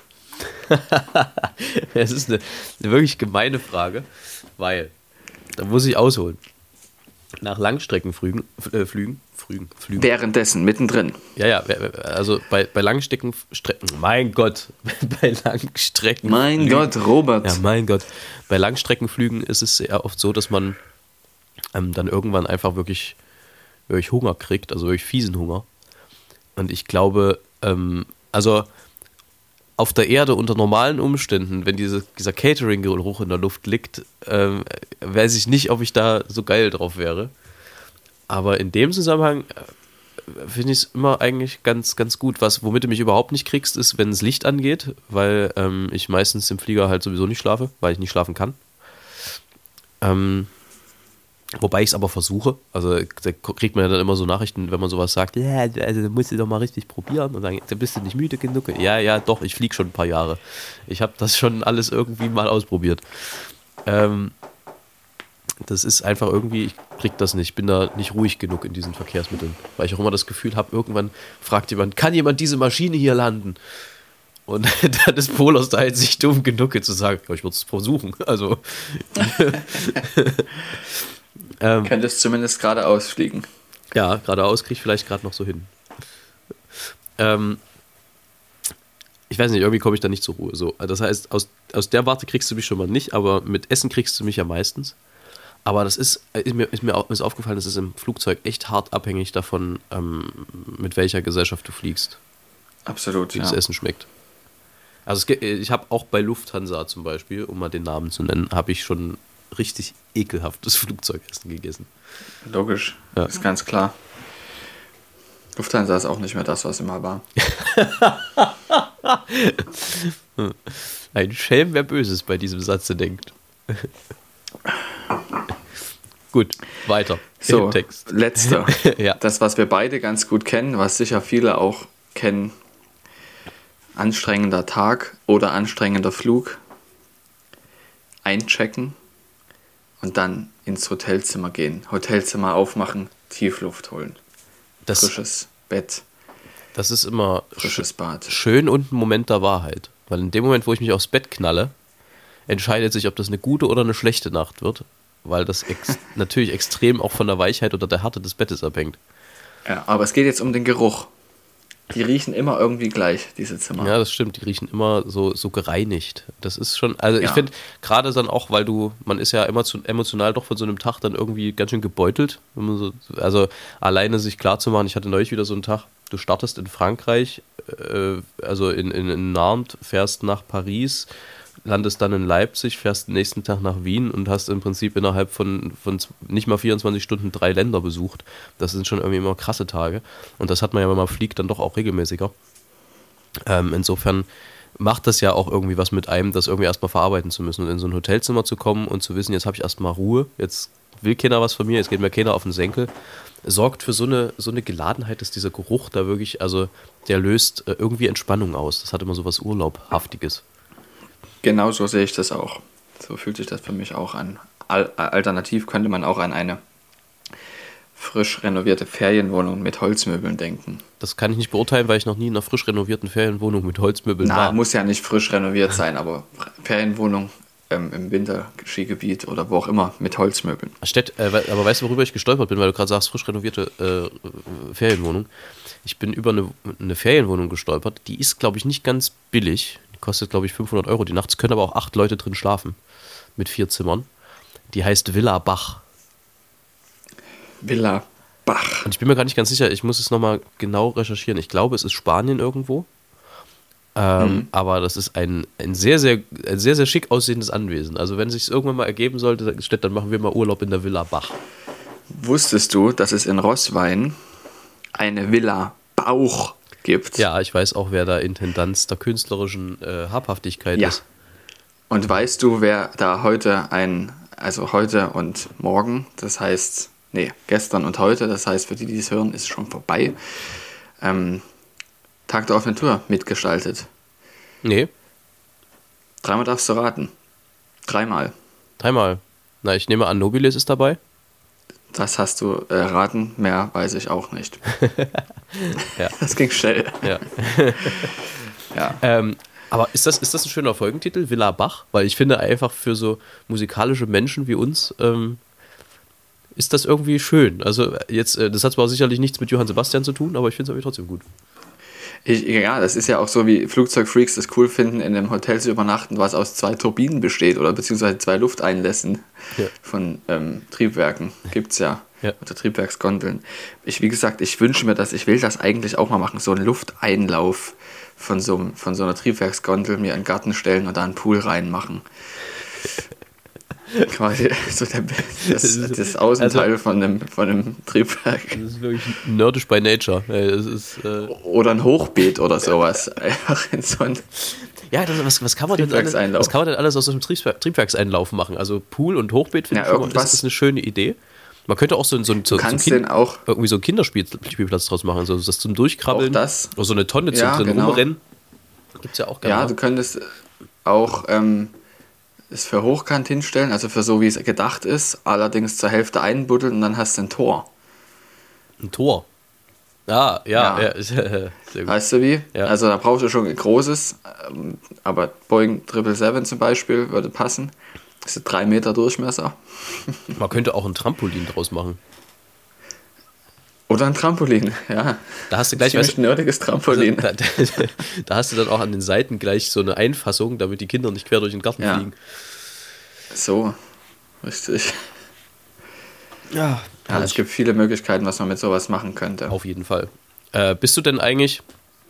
Das ist eine wirklich gemeine Frage, weil, da muss ich ausholen. Nach Langstreckenflügen. Währenddessen, mittendrin. Ja, also bei Langstrecken. Mein Gott, bei Langstrecken. Mein Gott, Robert. Ja, mein Gott. Bei Langstreckenflügen ist es sehr oft so, dass man dann irgendwann einfach wirklich Hunger kriegt, also wirklich fiesen Hunger. Und ich glaube, also auf der Erde unter normalen Umständen, wenn dieser Catering-Geruch in der Luft liegt, weiß ich nicht, ob ich da so geil drauf wäre. Aber in dem Zusammenhang finde ich es immer eigentlich ganz, ganz gut. Womit du mich überhaupt nicht kriegst, ist, wenn das Licht angeht, weil ich meistens im Flieger halt sowieso nicht schlafe, weil ich nicht schlafen kann. Wobei ich es aber versuche. Also da kriegt man ja dann immer so Nachrichten, wenn man sowas sagt, ja, also da musst du doch mal richtig probieren und dann bist du nicht müde genug. Ja, doch, ich fliege schon ein paar Jahre. Ich habe das schon alles irgendwie mal ausprobiert. Das ist einfach irgendwie, ich krieg das nicht, ich bin da nicht ruhig genug in diesen Verkehrsmitteln, weil ich auch immer das Gefühl habe, irgendwann fragt jemand, kann jemand diese Maschine hier landen? Und dann ist Polos da jetzt nicht dumm genug, jetzt zu sagen, ich würde es versuchen. Also könntest zumindest geradeaus fliegen. Ja, geradeaus kriege ich vielleicht gerade noch so hin. Ich weiß nicht, irgendwie komme ich da nicht zur Ruhe. So, das heißt, aus der Warte kriegst du mich schon mal nicht, aber mit Essen kriegst du mich ja meistens. Aber das ist mir aufgefallen, das ist im Flugzeug echt hart abhängig davon, mit welcher Gesellschaft du fliegst. Absolut, wie das Essen schmeckt. Also ich habe auch bei Lufthansa zum Beispiel, um mal den Namen zu nennen, habe ich schon richtig ekelhaftes Flugzeugessen gegessen. Logisch, Ja. ist ganz klar. Lufthansa ist auch nicht mehr das, was sie mal war. Ein Schelm, wer Böses bei diesem Satze denkt. Gut, weiter So, im Text. letzter. Ja. Das, was wir beide ganz gut kennen, was sicher viele auch kennen. Anstrengender Tag oder anstrengender Flug. Einchecken und dann ins Hotelzimmer gehen. Hotelzimmer aufmachen, Tiefluft holen. Frisches Bett, Das ist immer frisches Bad. schön und ein Moment der Wahrheit. Weil in dem Moment, wo ich mich aufs Bett knalle, entscheidet sich, ob das eine gute oder eine schlechte Nacht wird. Weil das natürlich extrem auch von der Weichheit oder der Härte des Bettes abhängt. Ja, aber es geht jetzt um den Geruch. Die riechen immer irgendwie gleich, diese Zimmer. Ja, das stimmt. Die riechen immer so gereinigt. Das ist schon, also ich Ja. finde, gerade dann auch, weil man ist ja immer emotional doch von so einem Tag dann irgendwie ganz schön gebeutelt. Wenn man so, also alleine sich klar zu machen, ich hatte neulich wieder so einen Tag, du startest in Frankreich, also in Nantes, fährst nach Paris, landest dann in Leipzig, fährst den nächsten Tag nach Wien und hast im Prinzip innerhalb von nicht mal 24 Stunden 3 Länder besucht. Das sind schon irgendwie immer krasse Tage. Und das hat man ja, wenn man fliegt, dann doch auch regelmäßiger. Insofern macht das ja auch irgendwie was mit einem, das irgendwie erstmal verarbeiten zu müssen und in so ein Hotelzimmer zu kommen und zu wissen, jetzt habe ich erstmal Ruhe, jetzt will keiner was von mir, jetzt geht mir keiner auf den Senkel. Sorgt für so eine Geladenheit, dass dieser Geruch da wirklich, also der löst irgendwie Entspannung aus. Das hat immer so was Urlaubhaftiges. Genau so sehe ich das auch. So fühlt sich das für mich auch an. Alternativ könnte man auch an eine frisch renovierte Ferienwohnung mit Holzmöbeln denken. Das kann ich nicht beurteilen, weil ich noch nie in einer frisch renovierten Ferienwohnung mit Holzmöbeln war. Muss ja nicht frisch renoviert sein, aber Ferienwohnung im Winterskigebiet oder wo auch immer mit Holzmöbeln. Aber weißt du, worüber ich gestolpert bin, weil du gerade sagst, frisch renovierte Ferienwohnung? Ich bin über eine Ferienwohnung gestolpert, die ist, glaube ich, nicht ganz billig. Die kostet, glaube ich, 500 € die Nacht. Es können aber auch 8 Leute drin schlafen. Mit 4 Zimmern. Die heißt Villa Bach. Villa Bach. Und ich bin mir gar nicht ganz sicher, ich muss es nochmal genau recherchieren. Ich glaube, es ist Spanien irgendwo. Aber das ist ein sehr, sehr schick aussehendes Anwesen. Also wenn es sich irgendwann mal ergeben sollte, dann machen wir mal Urlaub in der Villa Bach. Wusstest du, dass es in Roßwein eine Villa Bauch gibt? Ja, ich weiß auch, wer da Intendanz der künstlerischen Habhaftigkeit ist. Und weißt du, wer da heute heute und morgen, das heißt, gestern und heute, das heißt, für die es hören, ist schon vorbei, Tag der offenen Tür mitgestaltet? Nee. 3-mal darfst du raten. 3-mal. 3-mal. Na, ich nehme an, Nobilis ist dabei. Das hast du erraten, mehr weiß ich auch nicht. Ja. Das ging schnell. Ja. Ja. Aber ist das ein schöner Folgentitel, Villa Bach? Weil ich finde einfach für so musikalische Menschen wie uns ist das irgendwie schön. Also jetzt, das hat zwar sicherlich nichts mit Johann Sebastian zu tun, aber ich finde es irgendwie trotzdem gut. Das ist ja auch so, wie Flugzeugfreaks das cool finden, in einem Hotel zu übernachten, was aus 2 Turbinen besteht oder beziehungsweise 2 Lufteinlässen von Triebwerken. Gibt's ja. Oder Triebwerksgondeln. Wie gesagt, ich wünsche mir das, ich will das eigentlich auch mal machen, so einen Lufteinlauf von so einer Triebwerksgondel mir in den Garten stellen und da einen Pool reinmachen. Quasi so das Außenteil von einem Triebwerk. Das ist wirklich nerdisch by nature. Das ist, oder ein Hochbeet oder sowas. Einfach in so ein was kann man denn alles aus so einem Triebwerkseinlauf machen? Also Pool und Hochbeet finde ich schon mal, das ist eine schöne Idee. Man könnte auch irgendwie so einen Kinderspielplatz draus machen, so das zum Durchkrabbeln. Oder so eine Tonne zum drin rumrennen. Gibt's ja auch gerne. Ja, du könntest auch es für hochkant hinstellen, also für so wie es gedacht ist, allerdings zur Hälfte einbuddeln und dann hast du ein Tor. Ein Tor? Ja. Sehr gut. Weißt du wie? Ja. Also da brauchst du schon ein großes, aber Boeing 777 zum Beispiel würde passen. Das ist 3 Meter Durchmesser. Man könnte auch ein Trampolin draus machen. Oder ein Trampolin, ja. Da hast du gleich ein nerdiges Trampolin. Also, da hast du dann auch an den Seiten gleich so eine Einfassung, damit die Kinder nicht quer durch den Garten fliegen. So, richtig. Ja, es gibt viele Möglichkeiten, was man mit sowas machen könnte. Auf jeden Fall. Bist du denn eigentlich,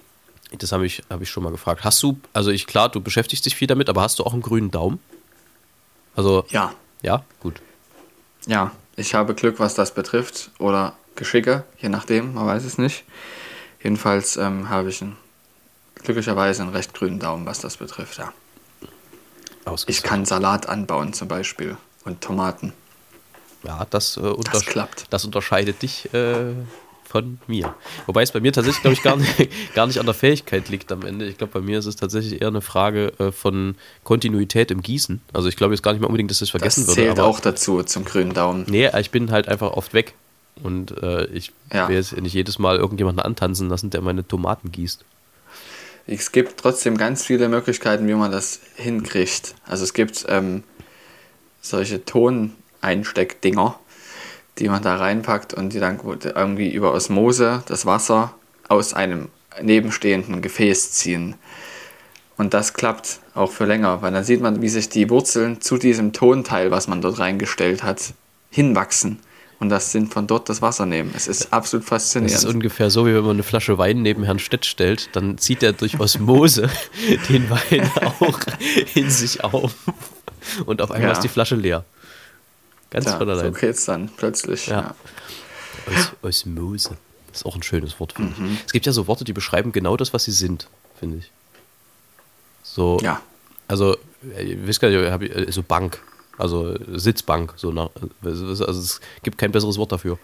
Das hab ich schon mal gefragt. Klar, du beschäftigst dich viel damit, aber hast du auch einen grünen Daumen? Also, Ja. ja, gut. Ja, ich habe Glück, was das betrifft. Oder Geschicke, je nachdem, man weiß es nicht. Jedenfalls habe ich glücklicherweise einen recht grünen Daumen, was das betrifft, ja. Ich kann Salat anbauen zum Beispiel und Tomaten. Ja, Das klappt. Das unterscheidet dich von mir. Wobei es bei mir tatsächlich, glaube ich, gar nicht an der Fähigkeit liegt am Ende. Ich glaube, bei mir ist es tatsächlich eher eine Frage von Kontinuität im Gießen. Also ich glaube jetzt gar nicht mal unbedingt, dass ich es vergessen würde. Das zählt auch dazu, zum grünen Daumen. Nee, ich bin halt einfach oft weg. Und ich will jetzt nicht jedes Mal irgendjemanden antanzen lassen, der meine Tomaten gießt. Es gibt trotzdem ganz viele Möglichkeiten, wie man das hinkriegt. Also es gibt solche Toneinsteckdinger, die man da reinpackt und die dann irgendwie über Osmose das Wasser aus einem nebenstehenden Gefäß ziehen. Und das klappt auch für länger, weil dann sieht man, wie sich die Wurzeln zu diesem Tonteil, was man dort reingestellt hat, hinwachsen. Und das sind von dort das Wasser nehmen. Es ist absolut faszinierend. Das ist ungefähr so, wie wenn man eine Flasche Wein neben Herrn Stett stellt, dann zieht er durch Osmose den Wein auch in sich auf. Und auf einmal ist die Flasche leer. Ganz von allein. So geht's dann plötzlich. Ja. Osmose. Das ist auch ein schönes Wort, finde ich. Es gibt ja so Worte, die beschreiben genau das, was sie sind, finde ich. So, ja. Also, ich weiß gar nicht, so Bank. Also Sitzbank. Also es gibt kein besseres Wort dafür.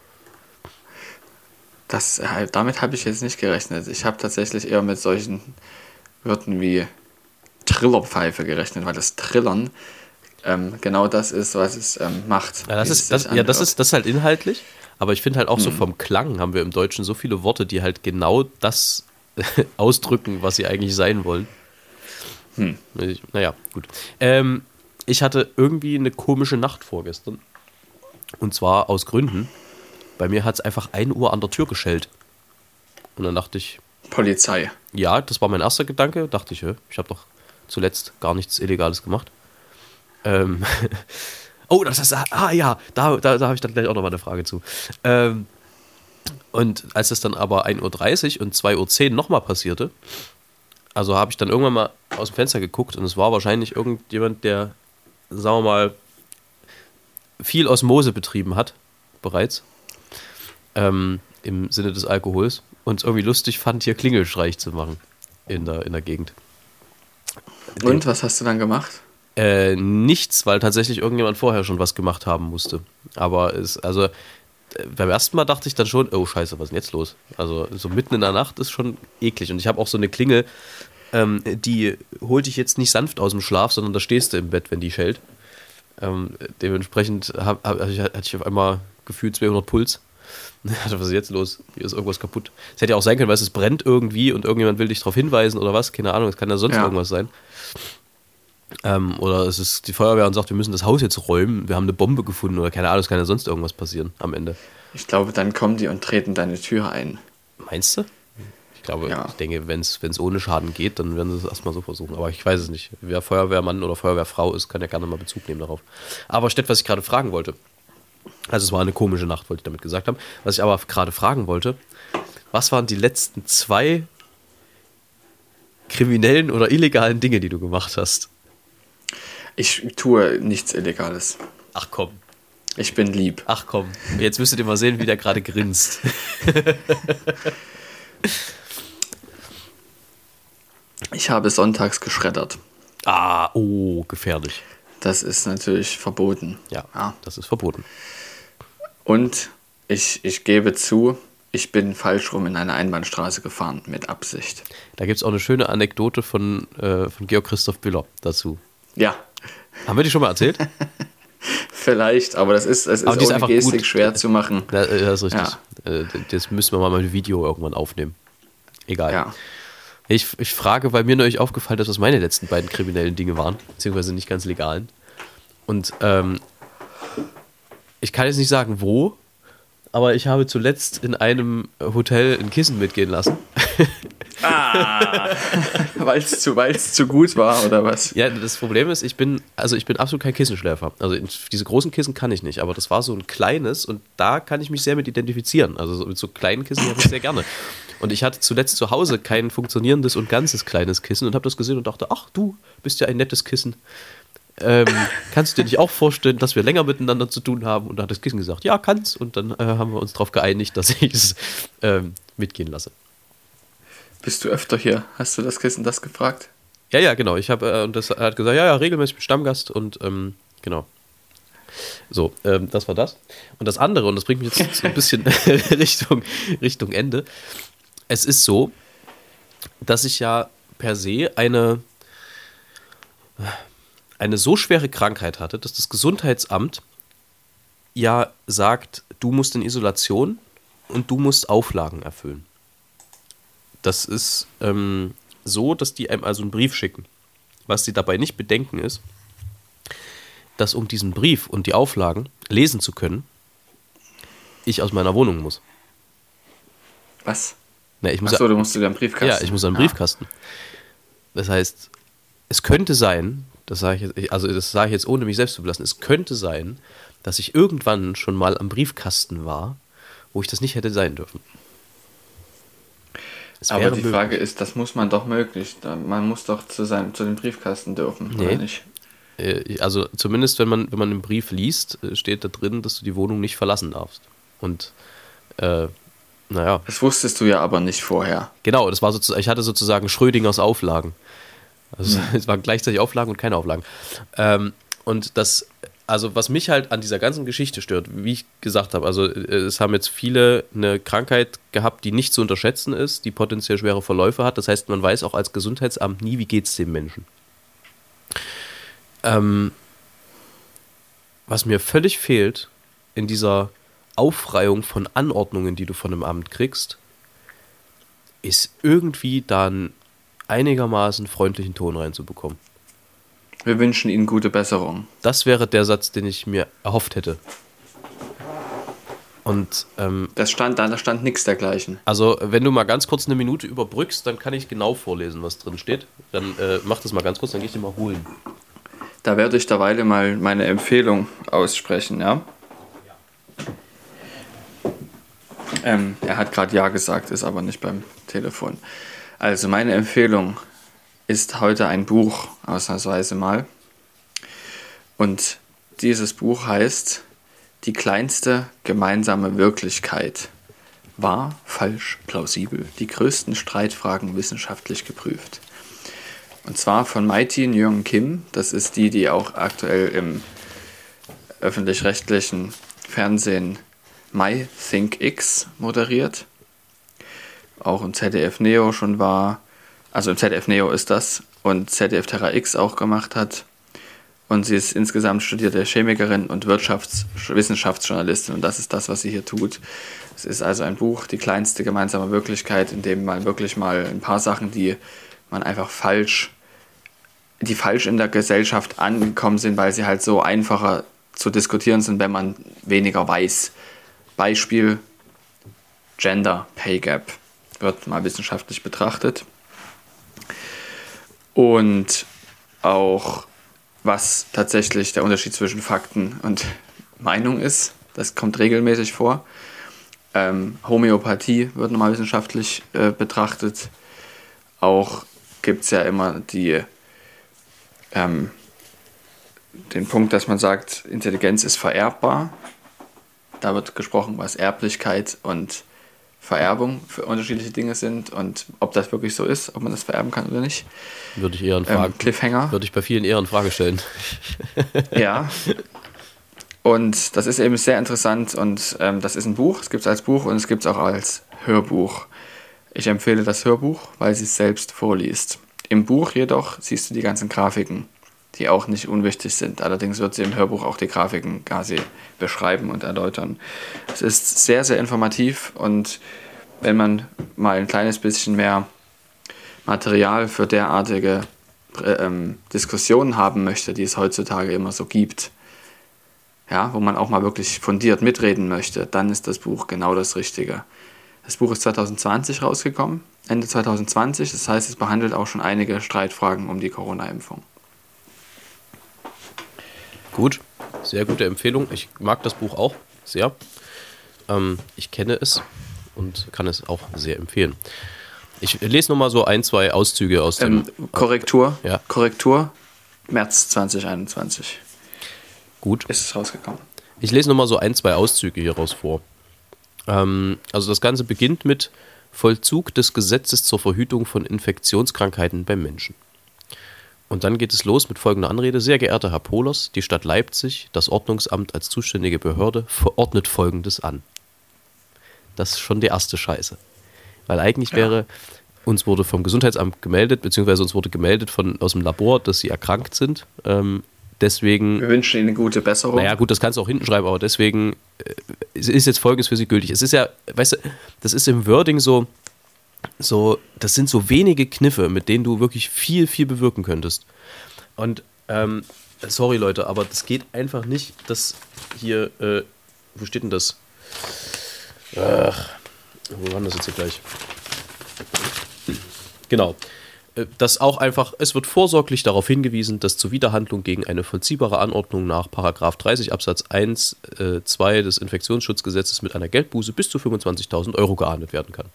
Damit habe ich jetzt nicht gerechnet. Ich habe tatsächlich eher mit solchen Wörtern wie Trillerpfeife gerechnet, weil das Trillern genau das ist, was es macht. Ja, das ist halt inhaltlich, aber ich finde halt auch so vom Klang haben wir im Deutschen so viele Worte, die halt genau das ausdrücken, was sie eigentlich sein wollen. Naja, gut. Ich hatte irgendwie eine komische Nacht vorgestern. Und zwar aus Gründen. Bei mir hat es einfach 1 Uhr an der Tür geschellt. Und dann dachte ich... Polizei. Ja, das war mein erster Gedanke. Dachte ich, ich habe doch zuletzt gar nichts Illegales gemacht. Oh, das ist... da habe ich dann gleich auch noch mal eine Frage zu. Und als es dann aber 1:30 Uhr und 2:10 Uhr nochmal passierte, also habe ich dann irgendwann mal aus dem Fenster geguckt und es war wahrscheinlich irgendjemand, der, sagen wir mal, viel Osmose betrieben hat, bereits, im Sinne des Alkohols, und es irgendwie lustig fand, hier Klingelstreich zu machen in der Gegend. Und, was hast du dann gemacht? Nichts, weil tatsächlich irgendjemand vorher schon was gemacht haben musste. Aber beim ersten Mal dachte ich dann schon, oh scheiße, was ist denn jetzt los? Also so mitten in der Nacht ist schon eklig. Und ich habe auch so eine Klingel, die holt dich jetzt nicht sanft aus dem Schlaf, sondern da stehst du im Bett, wenn die schellt. Dementsprechend hatte ich auf einmal gefühlt 200 Puls. Was ist jetzt los? Hier ist irgendwas kaputt. Es hätte ja auch sein können, weil es brennt irgendwie und irgendjemand will dich darauf hinweisen oder was. Keine Ahnung, es kann ja sonst irgendwas sein. Oder es ist die Feuerwehr und sagt, wir müssen das Haus jetzt räumen, wir haben eine Bombe gefunden oder keine Ahnung, es kann ja sonst irgendwas passieren am Ende. Ich glaube, dann kommen die und treten deine Tür ein. Meinst du? Ich denke, wenn es ohne Schaden geht, dann werden sie es erstmal so versuchen. Aber ich weiß es nicht. Wer Feuerwehrmann oder Feuerwehrfrau ist, kann ja gerne mal Bezug nehmen darauf. Aber Stett, was ich gerade fragen wollte, also es war eine komische Nacht, wollte ich damit gesagt haben, was ich aber gerade fragen wollte, was waren die letzten 2 kriminellen oder illegalen Dinge, die du gemacht hast? Ich tue nichts Illegales. Ach komm. Ich bin lieb. Ach komm. Jetzt müsstet ihr mal sehen, wie der gerade grinst. Ich habe sonntags geschreddert. Gefährlich. Das ist natürlich verboten. Ja, das ist verboten. Und ich gebe zu, ich bin falsch rum in eine Einbahnstraße gefahren, mit Absicht. Da gibt es auch eine schöne Anekdote von Georg Christoph Bühler dazu. Ja. Haben wir die schon mal erzählt? Vielleicht, aber es ist ohne Gestik gut. Schwer zu machen. Ja, das ist richtig. Ja. Das müssen wir mal mit Video irgendwann aufnehmen. Egal. Ja. Ich frage, weil mir neulich aufgefallen ist, was meine letzten beiden kriminellen Dinge waren, beziehungsweise nicht ganz legalen. Und ich kann jetzt nicht sagen, wo, aber ich habe zuletzt in einem Hotel ein Kissen mitgehen lassen. Weil es zu gut war, oder was? Ja, das Problem ist, ich bin absolut kein Kissenschläfer. Also diese großen Kissen kann ich nicht, aber das war so ein kleines und da kann ich mich sehr mit identifizieren. Also mit so kleinen Kissen habe ich sehr gerne. Und ich hatte zuletzt zu Hause kein funktionierendes und ganzes kleines Kissen und habe das gesehen und dachte, ach, du bist ja ein nettes Kissen. Kannst du dir nicht auch vorstellen, dass wir länger miteinander zu tun haben? Und da hat das Kissen gesagt, ja, kann's. Und dann haben wir uns darauf geeinigt, dass ich es mitgehen lasse. Bist du öfter hier? Hast du das Kissen das gefragt? Ja, genau. Ich habe und das hat gesagt, ja, regelmäßig mit Stammgast und genau. So, das war das. Und das andere, und das bringt mich jetzt so ein bisschen Richtung Ende. Es ist so, dass ich ja per se eine so schwere Krankheit hatte, dass das Gesundheitsamt ja sagt, du musst in Isolation und du musst Auflagen erfüllen. Das ist so, dass die einem also einen Brief schicken. Was sie dabei nicht bedenken ist, dass um diesen Brief und die Auflagen lesen zu können, ich aus meiner Wohnung muss. Was? Na, ich muss Achso, du musst wieder einen Briefkasten. Ja, ich muss einen Briefkasten. Das heißt, es könnte sein, das sage ich jetzt ohne mich selbst zu belassen, es könnte sein, dass ich irgendwann schon mal am Briefkasten war, wo ich das nicht hätte sein dürfen. Aber die Frage ist, das muss man doch möglich. Man muss doch zu den Briefkasten dürfen, oder nicht? Also zumindest, wenn man einen Brief liest, steht da drin, dass du die Wohnung nicht verlassen darfst. Und naja. Das wusstest du ja aber nicht vorher. Genau, das war sozusagen, ich hatte sozusagen Schrödingers Auflagen. Also es waren gleichzeitig Auflagen und keine Auflagen. Und das, also was mich halt an dieser ganzen Geschichte stört, wie ich gesagt habe, also es haben jetzt viele eine Krankheit gehabt, die nicht zu unterschätzen ist, die potenziell schwere Verläufe hat. Das heißt, man weiß auch als Gesundheitsamt nie, wie geht es dem Menschen. Was mir völlig fehlt in dieser Aufreihung von Anordnungen, die du von einem Amt kriegst, ist irgendwie da einen einigermaßen freundlichen Ton reinzubekommen. Wir wünschen Ihnen gute Besserung. Das wäre der Satz, den ich mir erhofft hätte. Und da stand nichts dergleichen. Also, wenn du mal ganz kurz eine Minute überbrückst, dann kann ich genau vorlesen, was drin steht. Dann mach das mal ganz kurz, dann gehe ich dir mal holen. Da werde ich derweil mal meine Empfehlung aussprechen, ja? Er hat gerade Ja gesagt, ist aber nicht beim Telefon. Also meine Empfehlung ist heute ein Buch, ausnahmsweise mal. Und dieses Buch heißt Die kleinste gemeinsame Wirklichkeit. Wahr, falsch, plausibel. Die größten Streitfragen wissenschaftlich geprüft. Und zwar von Mighty Nguyen Kim. Das ist die auch aktuell im öffentlich-rechtlichen Fernsehen MyThinkX moderiert. Auch im ZDF Neo schon war. Also im ZDF Neo ist das. Und ZDF Terra X auch gemacht hat. Und sie ist insgesamt studierte Chemikerin und Wissenschaftsjournalistin. Und das ist das, was sie hier tut. Es ist also ein Buch, die kleinste gemeinsame Wirklichkeit, in dem man wirklich mal ein paar Sachen, die man einfach falsch in der Gesellschaft angekommen sind, weil sie halt so einfacher zu diskutieren sind, wenn man weniger weiß. Beispiel Gender Pay Gap wird mal wissenschaftlich betrachtet. Und auch was tatsächlich der Unterschied zwischen Fakten und Meinung ist. Das kommt regelmäßig vor. Homöopathie wird nochmal wissenschaftlich betrachtet. Auch gibt es ja immer den Punkt, dass man sagt, Intelligenz ist vererbbar. Da wird gesprochen, was Erblichkeit und Vererbung für unterschiedliche Dinge sind und ob das wirklich so ist, ob man das vererben kann oder nicht. Würde ich eher in Frage, Cliffhanger. Würde ich bei vielen eher in Frage stellen. Ja. Und das ist eben sehr interessant und das ist ein Buch, es gibt es als Buch und es gibt es auch als Hörbuch. Ich empfehle das Hörbuch, weil sie es selbst vorliest. Im Buch jedoch siehst du die ganzen Grafiken, die auch nicht unwichtig sind. Allerdings wird sie im Hörbuch auch die Grafiken quasi beschreiben und erläutern. Es ist sehr, sehr informativ und wenn man mal ein kleines bisschen mehr Material für derartige Diskussionen haben möchte, die es heutzutage immer so gibt, ja, wo man auch mal wirklich fundiert mitreden möchte, dann ist das Buch genau das Richtige. Das Buch ist 2020 rausgekommen. Ende 2020. Das heißt, es behandelt auch schon einige Streitfragen um die Corona-Impfung. Gut, sehr gute Empfehlung. Ich mag das Buch auch sehr. Ich kenne es und kann es auch sehr empfehlen. Ich lese nochmal so 1, 2 Auszüge aus dem... Korrektur. Ja. Korrektur. März 2021 Gut. ist es rausgekommen. Ich lese nochmal so 1, 2 Auszüge hieraus vor. Also das Ganze beginnt mit Vollzug des Gesetzes zur Verhütung von Infektionskrankheiten beim Menschen. Und dann geht es los mit folgender Anrede. Sehr geehrter Herr Pohlers, die Stadt Leipzig, das Ordnungsamt als zuständige Behörde, verordnet Folgendes an. Das ist schon die erste Scheiße. Weil eigentlich wäre, uns wurde vom Gesundheitsamt gemeldet, beziehungsweise uns wurde gemeldet aus dem Labor, dass sie erkrankt sind. Deswegen... Wir wünschen Ihnen eine gute Besserung. Naja gut, das kannst du auch hinten schreiben, aber deswegen ist jetzt Folgendes für Sie gültig. Es ist ja, weißt du, das ist im Wording so, das sind so wenige Kniffe, mit denen du wirklich viel, viel bewirken könntest. Und, sorry Leute, aber das geht einfach nicht, dass hier, wo steht denn das? Ach, wo war das jetzt hier gleich? Genau. Dass auch einfach, es wird vorsorglich darauf hingewiesen, dass Zuwiderhandlung gegen eine vollziehbare Anordnung nach § 30 Absatz 1, 2 des Infektionsschutzgesetzes mit einer Geldbuße bis zu 25.000 Euro geahndet werden kann.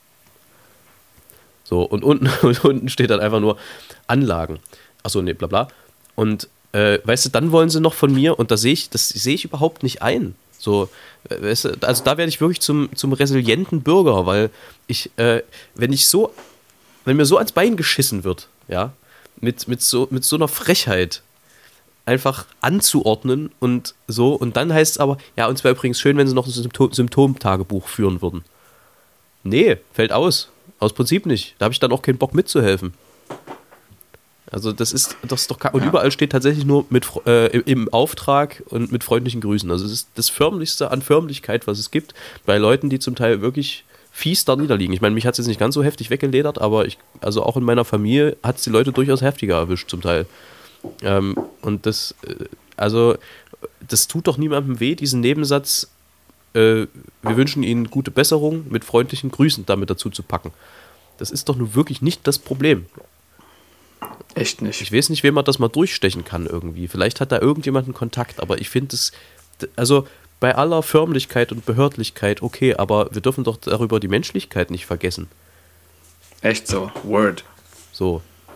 So, und unten steht dann einfach nur Anlagen. Achso, nee, bla bla. Und weißt du, dann wollen sie noch von mir, und das sehe ich überhaupt nicht ein. So, weißt du, also da werde ich wirklich zum resilienten Bürger, weil wenn mir so ans Bein geschissen wird, ja, mit so einer Frechheit einfach anzuordnen und so, und dann heißt es aber, ja, und es wäre übrigens schön, wenn sie noch ein Symptomtagebuch führen würden. Nee, fällt aus. Aus Prinzip nicht. Da habe ich dann auch keinen Bock mitzuhelfen. Also das ist doch und überall steht tatsächlich nur im Auftrag und mit freundlichen Grüßen. Also es ist das Förmlichste an Förmlichkeit, was es gibt, bei Leuten, die zum Teil wirklich fies da niederliegen. Ich meine, mich hat es jetzt nicht ganz so heftig weggeledert, aber also auch in meiner Familie hat es die Leute durchaus heftiger erwischt zum Teil. Und das tut doch niemandem weh, diesen Nebensatz, wir wünschen Ihnen gute Besserung mit freundlichen Grüßen damit dazu zu packen. Das ist doch nun wirklich nicht das Problem. Echt nicht. Ich weiß nicht, wem man das mal durchstechen kann irgendwie. Vielleicht hat da irgendjemand einen Kontakt, aber ich finde es, also bei aller Förmlichkeit und Behördlichkeit okay, aber wir dürfen doch darüber die Menschlichkeit nicht vergessen. Echt so, Word. So.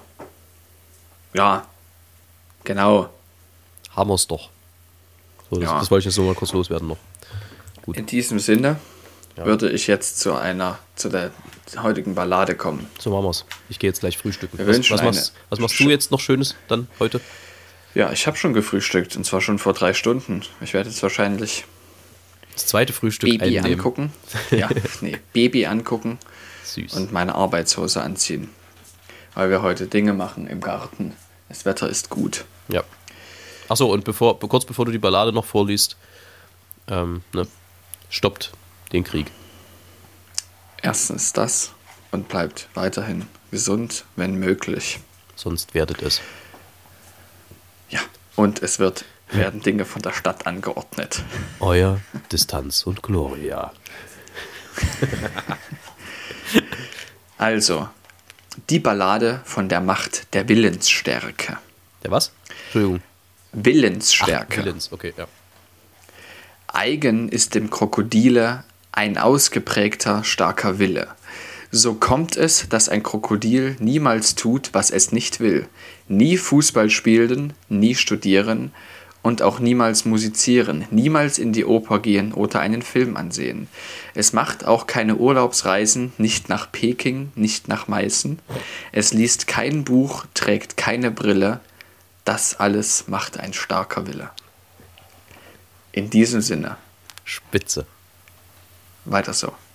Ja, genau. Haben wir es doch. So, das wollte ich jetzt nur mal kurz loswerden noch. Gut. In diesem Sinne würde ich jetzt zu der heutigen Ballade kommen. So machen wir es. Ich gehe jetzt gleich frühstücken. Was machst du jetzt noch Schönes dann heute? Ja, ich habe schon gefrühstückt, und zwar schon vor 3 Stunden. Ich werde jetzt wahrscheinlich das zweite Frühstück Baby einnehmen. angucken. Ja, Baby angucken. Süß. Und meine Arbeitshose anziehen. Weil wir heute Dinge machen im Garten. Das Wetter ist gut. Ja. Achso, und kurz bevor du die Ballade noch vorliest, stoppt den Krieg. Erstens das und bleibt weiterhin gesund, wenn möglich. Sonst werdet es. Ja, und es werden Dinge von der Stadt angeordnet. Euer Distanz und Gloria. Also, die Ballade von der Macht der Willensstärke. Der was? Entschuldigung. Willensstärke. Willens, okay, ja. Eigen ist dem Krokodile ein ausgeprägter, starker Wille. So kommt es, dass ein Krokodil niemals tut, was es nicht will. Nie Fußball spielen, nie studieren und auch niemals musizieren, niemals in die Oper gehen oder einen Film ansehen. Es macht auch keine Urlaubsreisen, nicht nach Peking, nicht nach Meißen. Es liest kein Buch, trägt keine Brille. Das alles macht ein starker Wille. In diesem Sinne. Spitze. Weiter so.